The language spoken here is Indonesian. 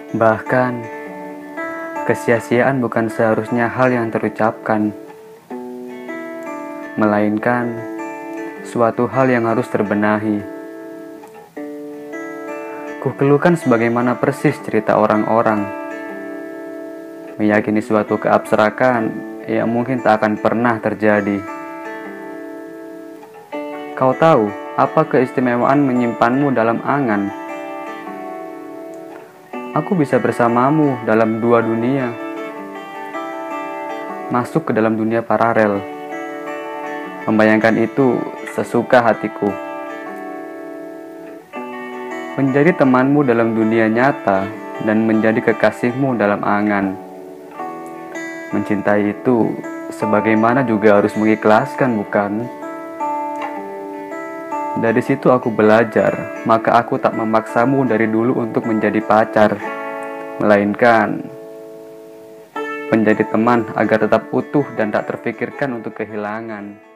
Bahkan, kesia-siaan bukan seharusnya hal yang terucapkan, melainkan suatu hal yang harus terbenahi. Kukeluhkan sebagaimana persis cerita orang-orang, meyakini suatu keabstrakan yang mungkin tak akan pernah terjadi. Kau tahu apa keistimewaan menyimpanmu dalam angan? Aku bisa bersamamu dalam dua dunia, masuk ke dalam dunia paralel. Membayangkan itu sesuka hatiku. Menjadi temanmu dalam dunia nyata dan menjadi kekasihmu dalam angan. Mencintai itu sebagaimana juga harus mengikhlaskan, bukan? Dari situ aku belajar, maka aku tak memaksamu dari dulu untuk menjadi pacar, melainkan menjadi teman agar tetap utuh dan tak terfikirkan untuk kehilangan.